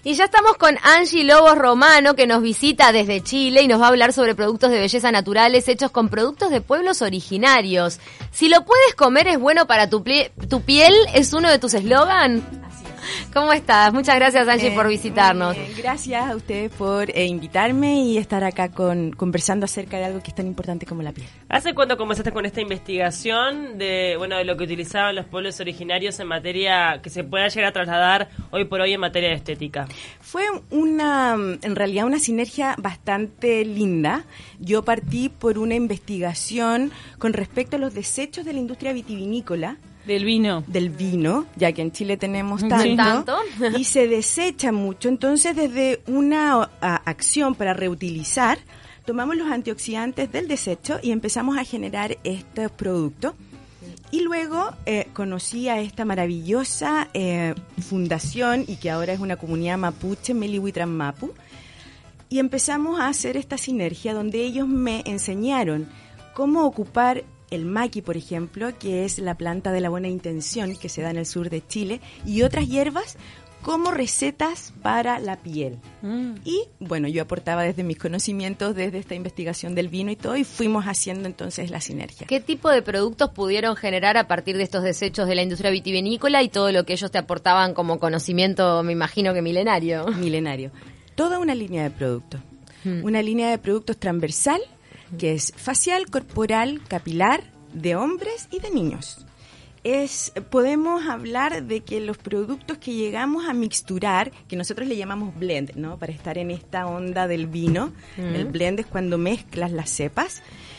Y ya estamos con Angie Lobos Romano, que nos visita desde Chile y nos va a hablar sobre productos de belleza naturales hechos con productos de pueblos originarios. Si lo puedes comer es bueno para tu piel, ¿es uno de tus eslogan? ¿Cómo estás? Muchas gracias, Angie, por visitarnos. Gracias a ustedes por invitarme y estar acá conversando acerca de algo que es tan importante como la piel. ¿Hace cuánto comenzaste con esta investigación de lo que utilizaban los pueblos originarios en materia que se pueda llegar a trasladar hoy por hoy en materia de estética? Fue en realidad una sinergia bastante linda. Yo partí por una investigación con respecto a los desechos de la industria vitivinícola. Del vino, ya que en Chile tenemos tanto, y se desecha mucho. Entonces, desde una acción para reutilizar, tomamos los antioxidantes del desecho y empezamos a generar estos productos. Y luego conocí a esta maravillosa fundación, y que ahora es una comunidad mapuche, Melihuitran Mapu, y empezamos a hacer esta sinergia donde ellos me enseñaron cómo ocupar el maqui, por ejemplo, que es la planta de la buena intención que se da en el sur de Chile, y otras hierbas como recetas para la piel. Y bueno, yo aportaba desde mis conocimientos, desde esta investigación del vino y todo, y fuimos haciendo entonces la sinergia. ¿Qué tipo de productos pudieron generar a partir de estos desechos de la industria vitivinícola y todo lo que ellos te aportaban como conocimiento, me imagino que milenario? Milenario. Toda una línea de productos. Una línea de productos transversal, que es facial, corporal, capilar, de hombres y de niños. Podemos hablar de que los productos que llegamos a mixturar, que nosotros le llamamos blend, ¿no? Para estar en esta onda del vino, el blend es cuando mezclas las cepas.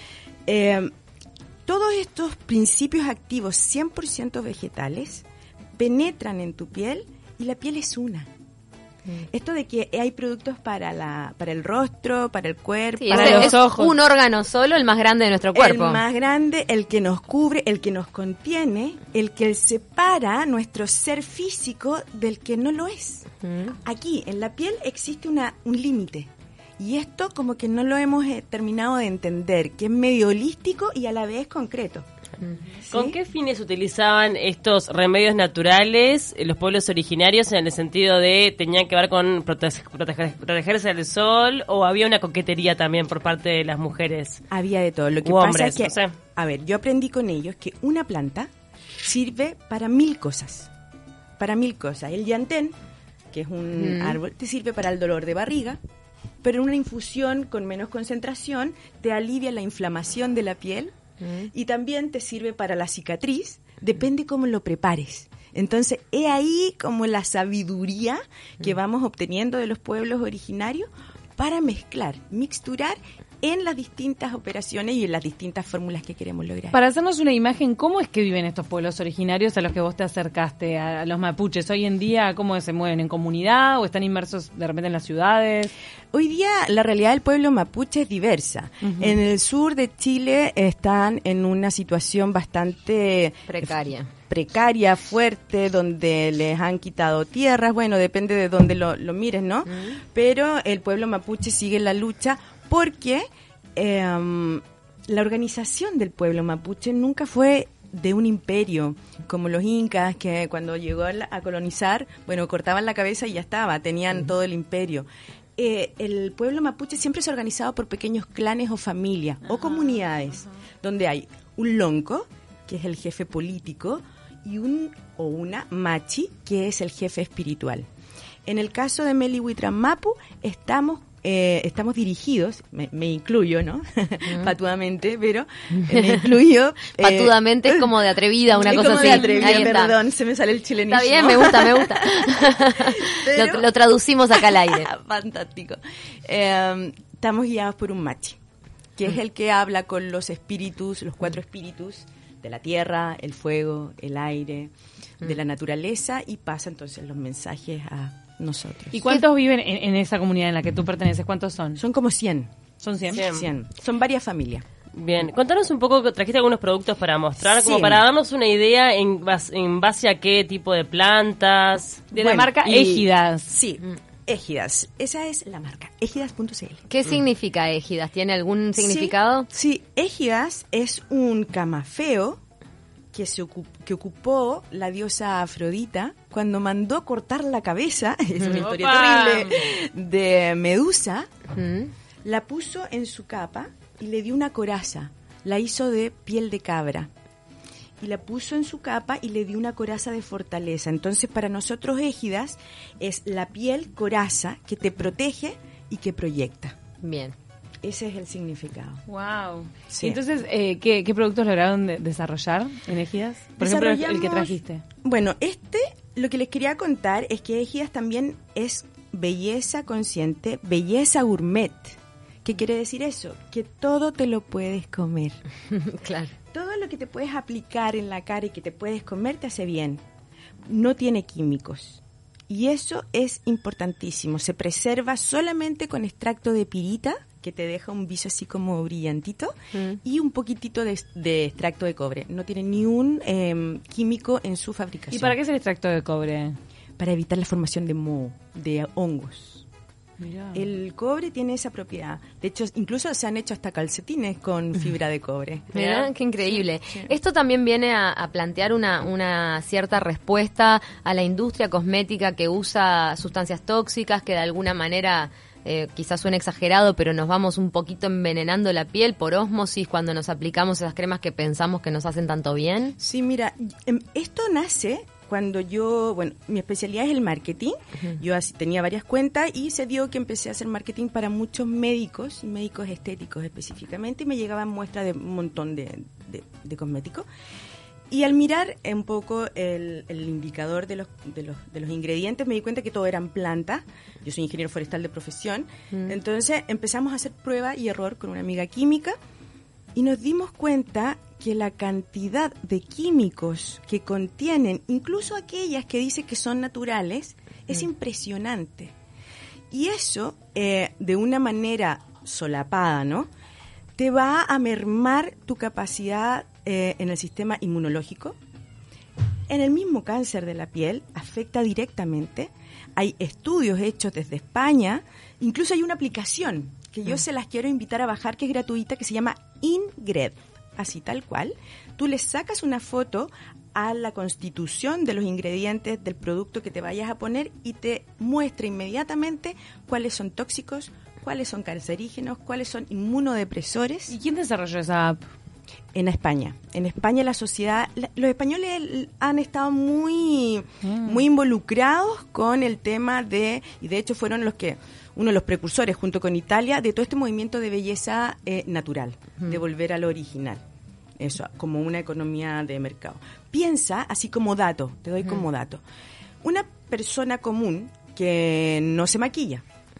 Todos estos principios activos 100% vegetales penetran en tu piel y la piel es una. Esto de que hay productos para el rostro, para el cuerpo, sí, para los ojos. Un órgano solo, el más grande de nuestro cuerpo. El más grande, el que nos cubre, el que nos contiene, el que separa nuestro ser físico del que no lo es. Aquí, en la piel, existe un límite. Y esto como que no lo hemos terminado de entender, que es medio holístico y a la vez concreto. ¿Sí? ¿Con qué fines utilizaban estos remedios naturales los pueblos originarios, en el sentido de tenían que ver con protegerse del sol, o había una coquetería también por parte de las mujeres? Había de todo. Lo que pasa es que, a ver, yo aprendí con ellos que una planta sirve para 1000 cosas. Para 1000 cosas. El llantén, que es un árbol, te sirve para el dolor de barriga, pero en una infusión con menos concentración te alivia la inflamación de la piel. Y también te sirve para la cicatriz, depende cómo lo prepares. Entonces, he ahí como la sabiduría que vamos obteniendo de los pueblos originarios para mixturar en las distintas operaciones y en las distintas fórmulas que queremos lograr. Para hacernos una imagen, ¿cómo es que viven estos pueblos originarios a los que vos te acercaste, a los mapuches? Hoy en día, ¿cómo se mueven? ¿En comunidad o están inmersos de repente en las ciudades? Hoy día la realidad del pueblo mapuche es diversa. En el sur de Chile están en una situación bastante precaria, fuerte, donde les han quitado tierras, bueno, depende de dónde lo mires, ¿no? Pero el pueblo mapuche sigue la lucha porque la organización del pueblo mapuche nunca fue de un imperio, como los incas, que cuando llegó a colonizar, bueno, cortaban la cabeza y ya estaba, tenían todo el imperio. El pueblo mapuche siempre se ha organizado por pequeños clanes o familias o comunidades, donde hay un lonco, que es el jefe político, y una machi, que es el jefe espiritual. En el caso de Melihuitran Mapu, estamos dirigidos, me incluyo, ¿no? Patudamente, pero me incluyo. Patudamente es como de atrevida, una cosa así. De atrevida, perdón, se me sale el chilenismo. Está bien, me gusta. Pero, lo traducimos acá al aire. Fantástico. Estamos guiados por un machi, que es el que habla con los espíritus, los 4 espíritus de la tierra, el fuego, el aire, de la naturaleza, y pasa entonces los mensajes a nosotros. ¿Y cuántos viven en esa comunidad en la que tú perteneces? ¿Cuántos son? Son como 100. ¿Son 100? 100. Son varias familias. Bien, contanos un poco, trajiste algunos productos para mostrar, como para darnos una idea en base a qué tipo de plantas. De la marca Égidas. Sí, Égidas. Esa es la marca, égidas.cl. ¿Qué significa Égidas? ¿Tiene algún significado? Sí, Égidas es un camafeo que ocupó la diosa Afrodita cuando mandó cortar la cabeza, es una historia terrible, de Medusa, la puso en su capa y le dio una coraza, la hizo de piel de cabra. Y la puso en su capa y le dio una coraza de fortaleza. Entonces, para nosotros égidas es la piel coraza que te protege y que proyecta. Bien. Ese es el significado. Wow. Sí. Entonces, ¿qué productos lograron desarrollar en Égidas? Por ejemplo, el que trajiste. Bueno, lo que les quería contar es que Égidas también es belleza consciente, belleza gourmet. ¿Qué quiere decir eso? Que todo te lo puedes comer. Claro. Todo lo que te puedes aplicar en la cara y que te puedes comer te hace bien. No tiene químicos. Y eso es importantísimo. Se preserva solamente con extracto de pirita, que te deja un viso así como brillantito, y un poquitito de extracto de cobre. No tiene ni un químico en su fabricación. ¿Y para qué es el extracto de cobre? Para evitar la formación de moho, de hongos. Mirá. El cobre tiene esa propiedad. De hecho, incluso se han hecho hasta calcetines con fibra de cobre. Mirá, qué increíble. Sí. Esto también viene a plantear una cierta respuesta a la industria cosmética que usa sustancias tóxicas que de alguna manera... quizás suene exagerado, pero nos vamos un poquito envenenando la piel por ósmosis cuando nos aplicamos esas cremas que pensamos que nos hacen tanto bien. Sí, mira, esto nace cuando mi especialidad es el marketing. Yo tenía varias cuentas y se dio que empecé a hacer marketing para muchos médicos estéticos específicamente, y me llegaban muestras de un montón de cosméticos. Y al mirar un poco el indicador de los ingredientes, me di cuenta que todo eran plantas. Yo soy ingeniero forestal de profesión. Entonces empezamos a hacer prueba y error con una amiga química y nos dimos cuenta que la cantidad de químicos que contienen, incluso aquellas que dicen que son naturales, es impresionante. Y eso, de una manera solapada, ¿no?, te va a mermar tu capacidad en el sistema inmunológico. En el mismo cáncer de la piel afecta directamente. Hay estudios hechos desde España, incluso hay una aplicación que yo se las quiero invitar a bajar, que es gratuita, que se llama Ingred, así tal cual. Tú le sacas una foto a la constitución de los ingredientes del producto que te vayas a poner y te muestra inmediatamente cuáles son tóxicos, cuáles son cancerígenos, cuáles son inmunodepresores. ¿Y quién desarrolló esa app? En España. En España la sociedad, los españoles han estado muy involucrados con el tema y de hecho fueron uno de los precursores junto con Italia de todo este movimiento de belleza natural, de volver a lo original. Eso, como una economía de mercado. Piensa, así como dato, te doy como dato, una persona común que no se maquilla,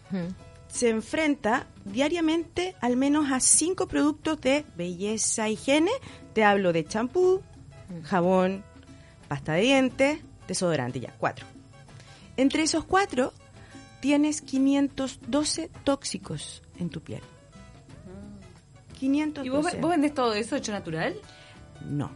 se enfrenta diariamente al menos a 5 productos de belleza, higiene. Te hablo de champú, jabón, pasta de dientes, desodorante, 4. Entre esos 4 tienes 512 tóxicos en tu piel. 512. ¿Y vos vendés todo eso hecho natural? No.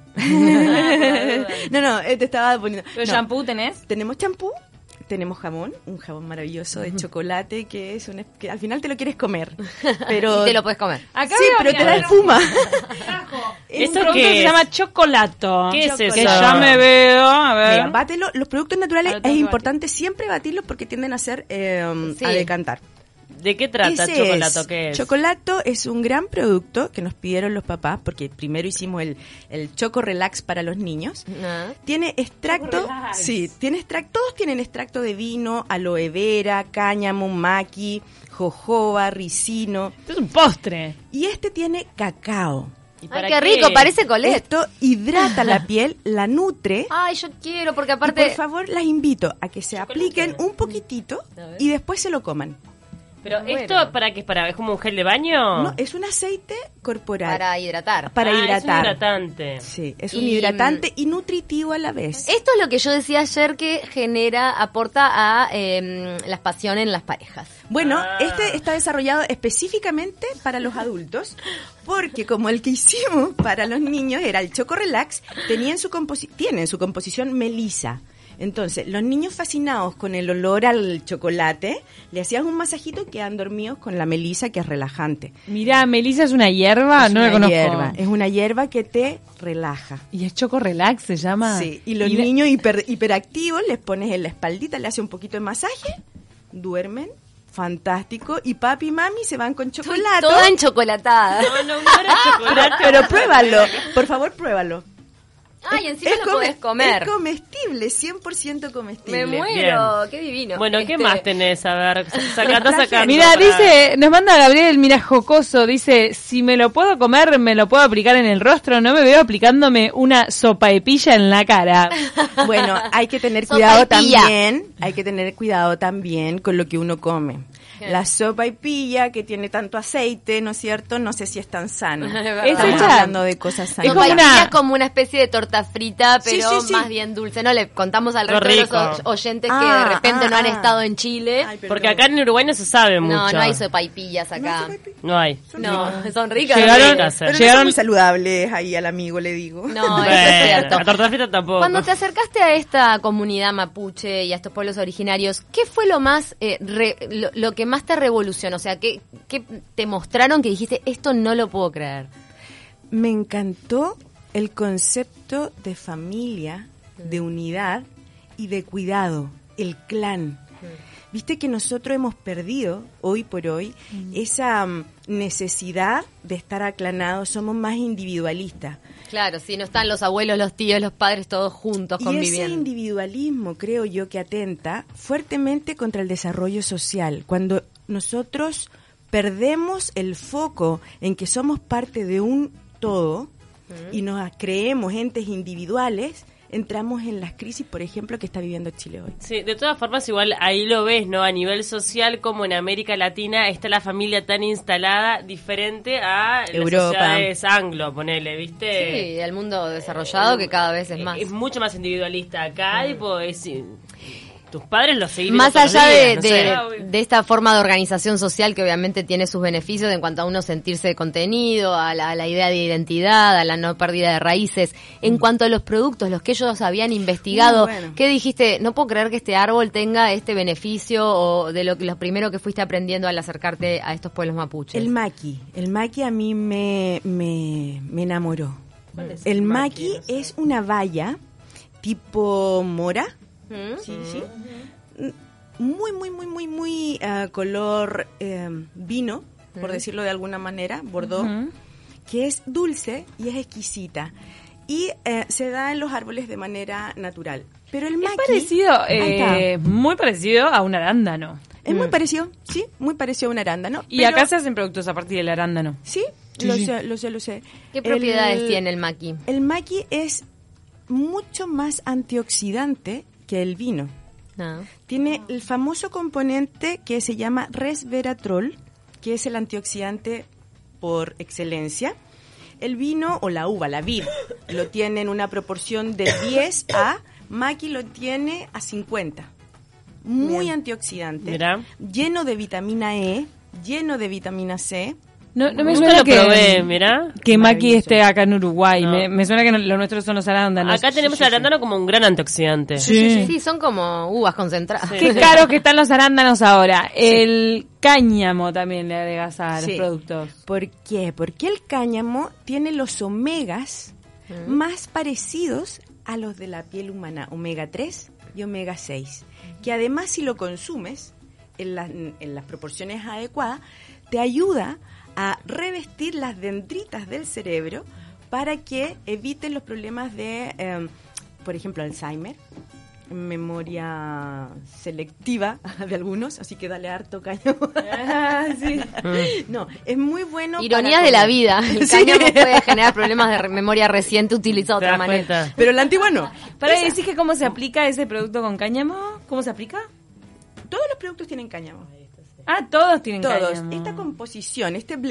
No, te estaba poniendo... ¿Pero shampoo tenés? Tenemos champú. Tenemos jabón, un jabón maravilloso de chocolate que es que al final te lo quieres comer, pero y te lo puedes comer. Acá sí, pero te da espuma. ¿Esto producto que se llama chocolato? ¿Qué es eso? Que ya me veo, a ver. Mira, bátelo. Los productos naturales es importante siempre batirlos porque tienden a hacer a decantar. ¿De qué trata Chocolato? ¿Qué es? Chocolato es un gran producto que nos pidieron los papás, porque primero hicimos el Choco Relax para los niños. Tiene extracto, todos tienen extracto de vino, aloe vera, cáñamo, maqui, jojoba, ricino. Es un postre. Y este tiene cacao. ¡Ay, qué rico! Parece Colette. Esto hidrata la piel, la nutre. ¡Ay, yo quiero! Porque aparte... Y por favor, las invito a que se apliquen un poquitito y después se lo coman. Pero esto, ¿para qué? ¿Es como un gel de baño? No, es un aceite corporal. Para hidratar. Para hidratar. Es un hidratante. Sí, es un hidratante y nutritivo a la vez. Esto es lo que yo decía ayer que aporta a la pasión en las parejas. Bueno, este está desarrollado específicamente para los adultos, porque como el que hicimos para los niños era el Choco Relax, tiene en su composición melisa. Entonces, los niños fascinados con el olor al chocolate, le hacías un masajito y quedan dormidos con la melisa, que es relajante. Mirá, melisa es una hierba, Es no la una conozco. hierba, es una hierba que te relaja. Y es Choco Relax, se llama. Sí, y los niños hiperactivos les pones en la espaldita, le hace un poquito de masaje, duermen, fantástico, y papi y mami se van con Estoy chocolate. toda enchocolatada. No era chocolate. Pero pruébalo, por favor, pruébalo. Ay, encima lo podés comer. Es comestible, 100% comestible. Me muero, qué divino. Bueno, ¿qué más tenés? A ver, sacando. Mira, dice, nos manda Gabriel, mira, jocoso, dice, si me lo puedo comer, me lo puedo aplicar en el rostro, no me veo aplicándome una sopaipilla en la cara. Bueno, hay que tener cuidado Sopaipilla. también con lo que uno come. La sopaipilla, que tiene tanto aceite, ¿no es cierto? No sé si es tan sano. Es Estamos hecha- hablando de cosas sanas. Es como Sopaipilla una- es como una especie de torta frita, Sí, pero sí. más bien dulce. No le contamos al Qué resto de rico. los oyentes que de repente no han estado en Chile. Ay, perdón. Porque acá en Uruguay no se sabe mucho. No hay sopaipillas acá. No hay. No, son ricas. Llegaron- ricas. Pero no Llegaron- son muy saludables, ahí al amigo le digo. No, eso es cierto. La torta frita tampoco. Cuando te acercaste a esta comunidad mapuche y a estos pueblos originarios, ¿qué fue lo más, lo que más te revolucionó? O sea, ¿qué te mostraron que dijiste, esto no lo puedo creer? Me encantó el concepto de familia, de unidad y de cuidado, el clan. Viste que nosotros hemos perdido, hoy por hoy, esa necesidad de estar aclanados, somos más individualistas. Claro, si no están los abuelos, los tíos, los padres todos juntos Y ese conviviendo. individualismo, creo yo, que atenta fuertemente contra el desarrollo social. Cuando nosotros perdemos el foco en que somos parte de un todo y nos creemos entes individuales, entramos en las crisis, por ejemplo, que está viviendo Chile hoy. Sí, de todas formas igual ahí lo ves, ¿no? A nivel social, como en América Latina está la familia tan instalada, diferente a Europa. las sociedades anglo, ponele, ¿viste? Sí, el mundo desarrollado que cada vez es más. Es mucho más individualista. Acá, tipo, tus padres los seguís Más viendo todos allá los de, días, no sé. de esta forma de organización social que obviamente tiene sus beneficios en cuanto a uno sentirse contenido, a la idea de identidad, a la no pérdida de raíces. En cuanto a los productos, los que ellos habían investigado, Muy bueno. ¿qué dijiste? No puedo creer que este árbol tenga este beneficio o de lo primero que fuiste aprendiendo al acercarte a estos pueblos mapuches. El maqui a mí me enamoró. ¿Cuál es El maqui? maqui No sé. es una valla tipo mora. ¿Mm? Sí. Muy color vino, por decirlo de alguna manera, bordeaux, que es dulce y es exquisita. Y se da en los árboles de manera natural. Pero el Es maqui... parecido, Ahí está. muy parecido a un arándano. Es muy parecido, sí, muy parecido a un arándano. Y pero- acá se hacen productos a partir del arándano. Sí, Sí, lo sí. sé. ¿Qué propiedades tiene el maqui? El maqui es mucho más antioxidante que el vino. No. Tiene el famoso componente que se llama resveratrol, que es el antioxidante por excelencia. El vino o la uva, la vid, lo tiene en una proporción de 10 a, maqui lo tiene a 50. Muy antioxidante, Mirá. lleno de vitamina E, lleno de vitamina C. No me Nunca suena lo que, probé, mirá. que Maqui Maravilloso. esté acá en Uruguay. No. Me suena que lo nuestro son los arándanos. Acá tenemos el arándano como un gran antioxidante. Sí. Sí, son como uvas concentradas. Qué caros que están los arándanos ahora. El cáñamo también le agregas a los Sí. productos. ¿Por qué? Porque el cáñamo tiene los omegas más parecidos a los de la piel humana, omega 3 y omega 6, que además si lo consumes en las proporciones adecuadas, te ayuda a revestir las dendritas del cerebro para que eviten los problemas de, por ejemplo, Alzheimer, memoria selectiva de algunos, así que dale harto cáñamo. No, es muy bueno. Ironías para de la comer. vida. El Sí. cáñamo puede generar problemas de memoria reciente utilizado de ¿Te otra das manera. cuenta? Pero la antigua no. Para Esa- decir que cómo se aplica ese producto con cáñamo, ¿cómo se aplica? Todos los productos tienen cáñamo. Ah, todos tienen Todos. cáñamo. Esta composición, este blend,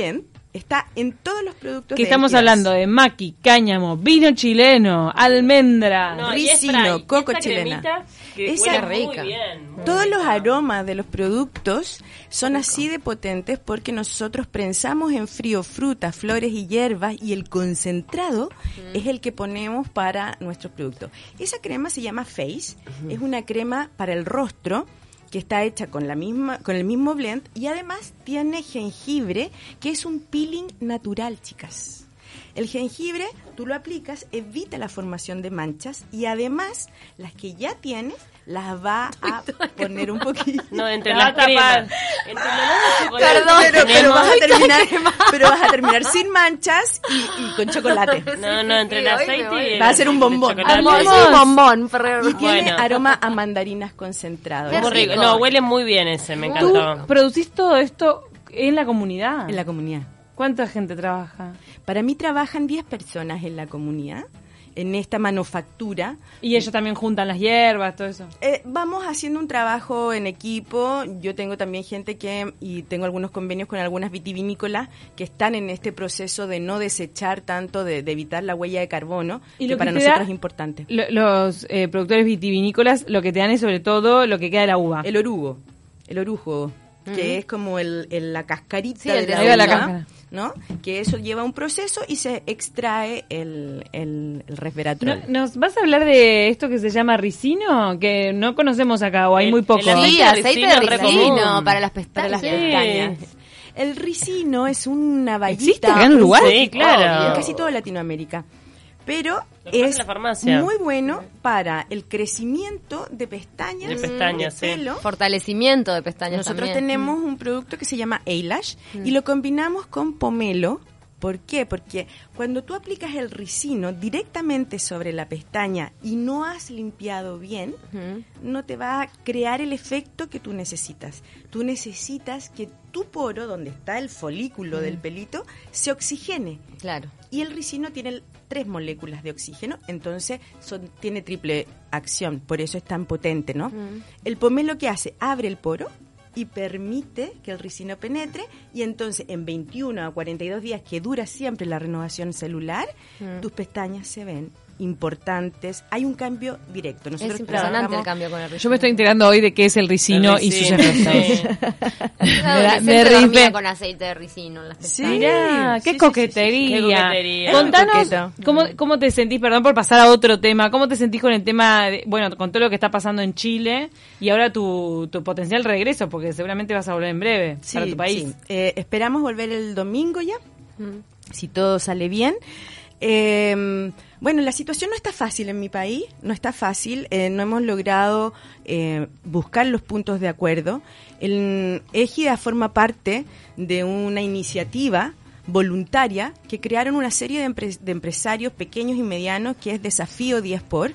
Está en todos los productos que de estamos Ejidas. hablando de maqui, cáñamo, vino chileno, almendra. No, y ricino, y coco esta chilena. cremita que Esa huele rica. muy bien. muy Todos rica. los aromas de los productos son así de potentes porque nosotros prensamos en frío frutas, flores y hierbas y el concentrado es el que ponemos para nuestros productos. Esa crema se llama Face, es una crema para el rostro que está hecha con el mismo blend y además tiene jengibre, que es un peeling natural, chicas. El jengibre, tú lo aplicas, evita la formación de manchas y además las que ya tienes las va a poner un poquito. No, entre La va la a tapar. crema, entre la helado de chocolate Perdón, que pero tenemos- vas a terminar sin manchas y con chocolate. No, entre el Sí, hoy aceite me voy. y el Va a ser un bombón. chocolate. Un bombón, Ferrero. Y tiene Bueno. aroma a mandarinas concentrado. Qué Muy rico. rico. No, huele muy bien ese, me ¿Tú encantó. producís todo esto en la comunidad? En la comunidad. ¿Cuánta gente trabaja? Para mí trabajan 10 personas en la comunidad, en esta manufactura. Y ellos también juntan las hierbas, todo eso. Vamos haciendo un trabajo en equipo. Yo tengo también gente y tengo algunos convenios con algunas vitivinícolas que están en este proceso de no desechar tanto, de evitar la huella de carbono, Y que lo que para te nosotros da- es importante. Los productores vitivinícolas lo que te dan es sobre todo lo que queda de la uva. El orujo, que es como la cascarita Sí, el de de la ahí va la uva, cáscara. ¿no? Que eso lleva un proceso y se extrae el resveratrol. ¿Nos vas a hablar de esto que se llama ricino? Que no conocemos acá, o hay El- muy poco. el Sí, aceite de aceite de ricino es re ricino común. para las Para pestañas. las Sí. pestañas. El ricino es una vallita. ¿Existe acá en Uruguay? Sí, claro. En casi toda Latinoamérica. Pero Lo compras es en la farmacia. muy bueno para el crecimiento de pestañas, De pestañas, sí. pelo. Fortalecimiento de pestañas Nosotros también. tenemos un producto que se llama Eyelash y lo combinamos con pomelo. ¿Por qué? Porque cuando tú aplicas el ricino directamente sobre la pestaña y no has limpiado bien, Ujú. no te va a crear el efecto que tú necesitas. Tú necesitas que tu poro, donde está el folículo del pelito, se oxigene. Claro. Y el ricino tiene 3 moléculas de oxígeno, entonces tiene triple acción, por eso es tan potente, ¿no? El pomelo, ¿qué hace? Abre el poro y permite que el ricino penetre y entonces en 21 a 42 días, que dura siempre la renovación celular, tus pestañas se ven importantes, hay un cambio directo. Nosotros Es impresionante el trabajamos- cambio con el ricino. Yo me estoy enterando hoy de qué es el ricino El y sus ricino, efectos. sí. Una me adolescente dormía rifé. con aceite de ricino en las Sí. pestañas. Mirá, qué sí, coquetería. sí. Qué coquetería. Contanos Coqueto. cómo te sentís, perdón por pasar a otro tema, cómo te sentís con el tema, bueno, con todo lo que está pasando en Chile y ahora tu potencial regreso, porque seguramente vas a volver en breve para tu país. Sí. Esperamos volver el domingo ya, Mm. si todo sale bien. Bueno, la situación no está fácil en mi país, no está fácil, no hemos logrado buscar los puntos de acuerdo. El Égida forma parte de una iniciativa voluntaria que crearon una serie de empresarios pequeños y medianos que es Desafío 10 por,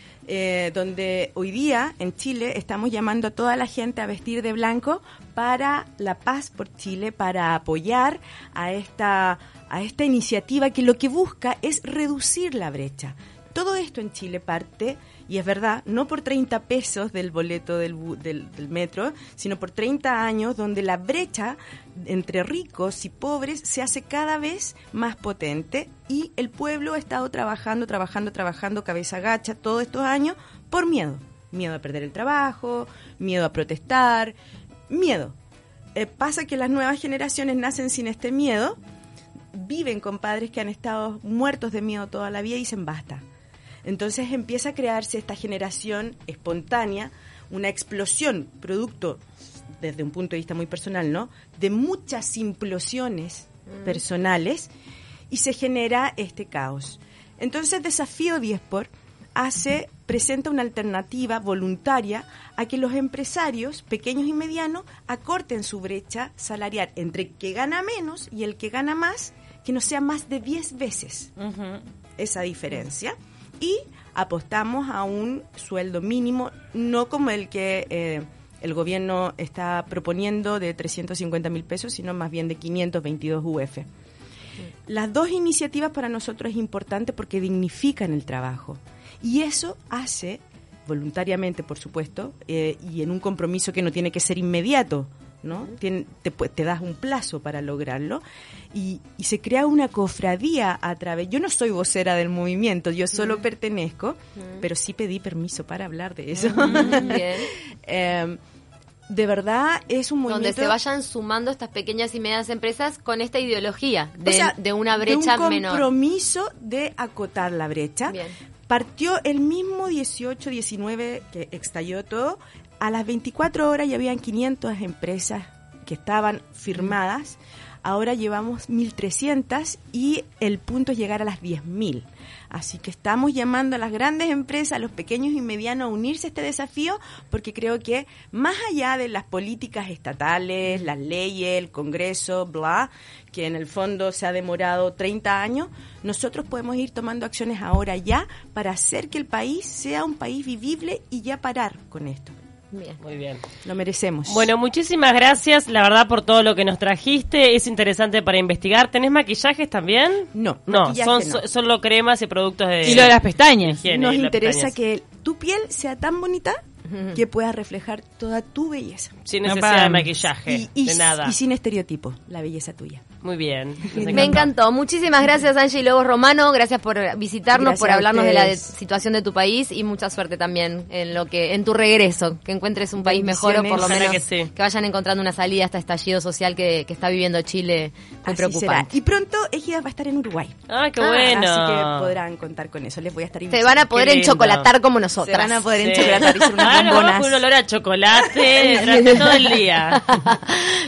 donde hoy día en Chile estamos llamando a toda la gente a vestir de blanco para la paz por Chile, para apoyar a esta iniciativa que lo que busca es reducir la brecha. Todo esto en Chile parte, y es verdad, no por 30 pesos del boleto del metro, sino por 30 años donde la brecha entre ricos y pobres se hace cada vez más potente y el pueblo ha estado trabajando, cabeza gacha todos estos años por miedo. Miedo a perder el trabajo, miedo a protestar, miedo. Pasa que las nuevas generaciones nacen sin este miedo, viven con padres que han estado muertos de miedo toda la vida y dicen basta. Entonces empieza a crearse esta generación espontánea, una explosión, producto, desde un punto de vista muy personal, ¿no?, de muchas implosiones personales y se genera este caos. Entonces Desafío 10 por presenta una alternativa voluntaria a que los empresarios pequeños y medianos acorten su brecha salarial entre el que gana menos y el que gana más, que no sea más de 10 veces esa diferencia. Y apostamos a un sueldo mínimo, no como el que el gobierno está proponiendo de 350.000 pesos, sino más bien de 522 UF. Las dos iniciativas para nosotros es importante porque dignifican el trabajo. Y eso hace, voluntariamente por supuesto, y en un compromiso que no tiene que ser inmediato, ¿no? Te das un plazo para lograrlo y se crea una cofradía a través. Yo no soy vocera del movimiento, yo solo pertenezco, pero sí pedí permiso para hablar de eso. Bien. De verdad es un movimiento donde se vayan sumando estas pequeñas y medianas empresas con esta ideología de una brecha de un menor. Compromiso de acotar la brecha. Bien. Partió el mismo 18, 19 que estalló todo. A las 24 horas ya habían 500 empresas que estaban firmadas. Ahora llevamos 1.300 y el punto es llegar a las 10.000. Así que estamos llamando a las grandes empresas, a los pequeños y medianos a unirse a este desafío, porque creo que más allá de las políticas estatales, las leyes, el Congreso, bla, que en el fondo se ha demorado 30 años, nosotros podemos ir tomando acciones ahora ya para hacer que el país sea un país vivible y ya parar con esto. Bien. Muy bien. Lo merecemos. Bueno, muchísimas gracias, la verdad, por todo lo que nos trajiste. Es interesante para investigar. ¿Tenés maquillajes también? No, son solo cremas y productos de... Y lo de las pestañas. Nos interesa que tu piel sea tan bonita que pueda reflejar toda tu belleza. Sin necesidad de maquillaje, de nada. Y sin estereotipo, la belleza tuya. Muy bien. Me encantó. Muchísimas gracias, Angie Lobos Romano. Gracias por visitarnos, por hablarnos de la situación de tu país y mucha suerte también en tu regreso. Que encuentres un país mejor o por lo menos que vayan encontrando una salida a este estallido social que está viviendo Chile muy preocupante. Será. Y pronto Egidas va a estar en Uruguay. ¡Ah, qué bueno! Así que podrán contar con eso. Les voy a estar invitando. Se van a poder enchocolatar como nosotras. Se van a poder enchocolatar y hacer unas bombonas. Un olor a chocolate durante todo el día.